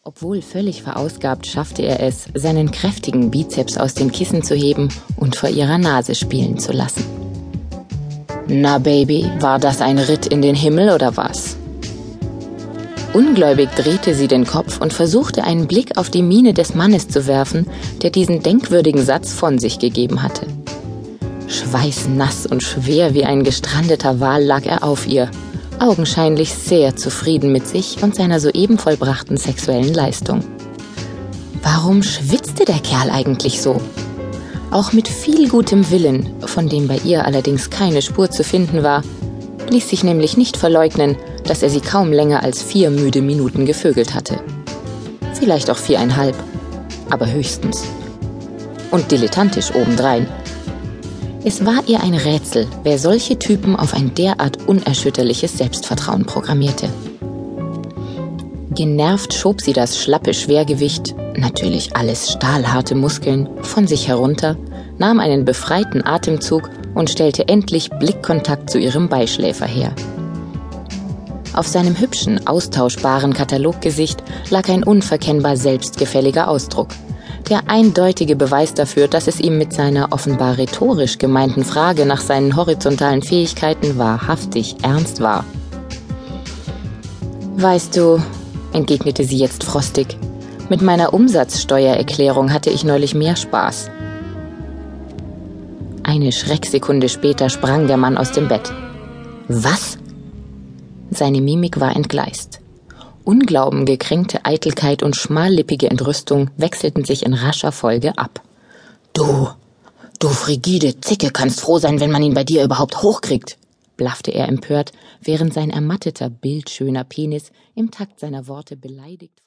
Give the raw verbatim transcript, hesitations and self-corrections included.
Obwohl völlig verausgabt, schaffte er es, seinen kräftigen Bizeps aus dem Kissen zu heben und vor ihrer Nase spielen zu lassen. »Na, Baby, war das ein Ritt in den Himmel oder was?« Ungläubig drehte sie den Kopf und versuchte, einen Blick auf die Miene des Mannes zu werfen, der diesen denkwürdigen Satz von sich gegeben hatte. Schweißnass und schwer wie ein gestrandeter Wal lag er auf ihr, augenscheinlich sehr zufrieden mit sich und seiner soeben vollbrachten sexuellen Leistung. Warum schwitzte der Kerl eigentlich so? Auch mit viel gutem Willen, von dem bei ihr allerdings keine Spur zu finden war, ließ sich nämlich nicht verleugnen, dass er sie kaum länger als vier müde Minuten gevögelt hatte. Vielleicht auch viereinhalb, aber höchstens. Und dilettantisch obendrein. Es war ihr ein Rätsel, wer solche Typen auf ein derart unerschütterliches Selbstvertrauen programmierte. Genervt schob sie das schlappe Schwergewicht, natürlich alles stahlharte Muskeln, von sich herunter, nahm einen befreiten Atemzug und stellte endlich Blickkontakt zu ihrem Beischläfer her. Auf seinem hübschen, austauschbaren Kataloggesicht lag ein unverkennbar selbstgefälliger Ausdruck. Der eindeutige Beweis dafür, dass es ihm mit seiner offenbar rhetorisch gemeinten Frage nach seinen horizontalen Fähigkeiten wahrhaftig ernst war. »Weißt du«, entgegnete sie jetzt frostig, »mit meiner Umsatzsteuererklärung hatte ich neulich mehr Spaß.« Eine Schrecksekunde später sprang der Mann aus dem Bett. »Was?« Seine Mimik war entgleist. Unglauben, gekränkte Eitelkeit und schmallippige Entrüstung wechselten sich in rascher Folge ab. »Du, du frigide Zicke, kannst froh sein, wenn man ihn bei dir überhaupt hochkriegt«, blaffte er empört, während sein ermatteter, bildschöner Penis im Takt seiner Worte beleidigt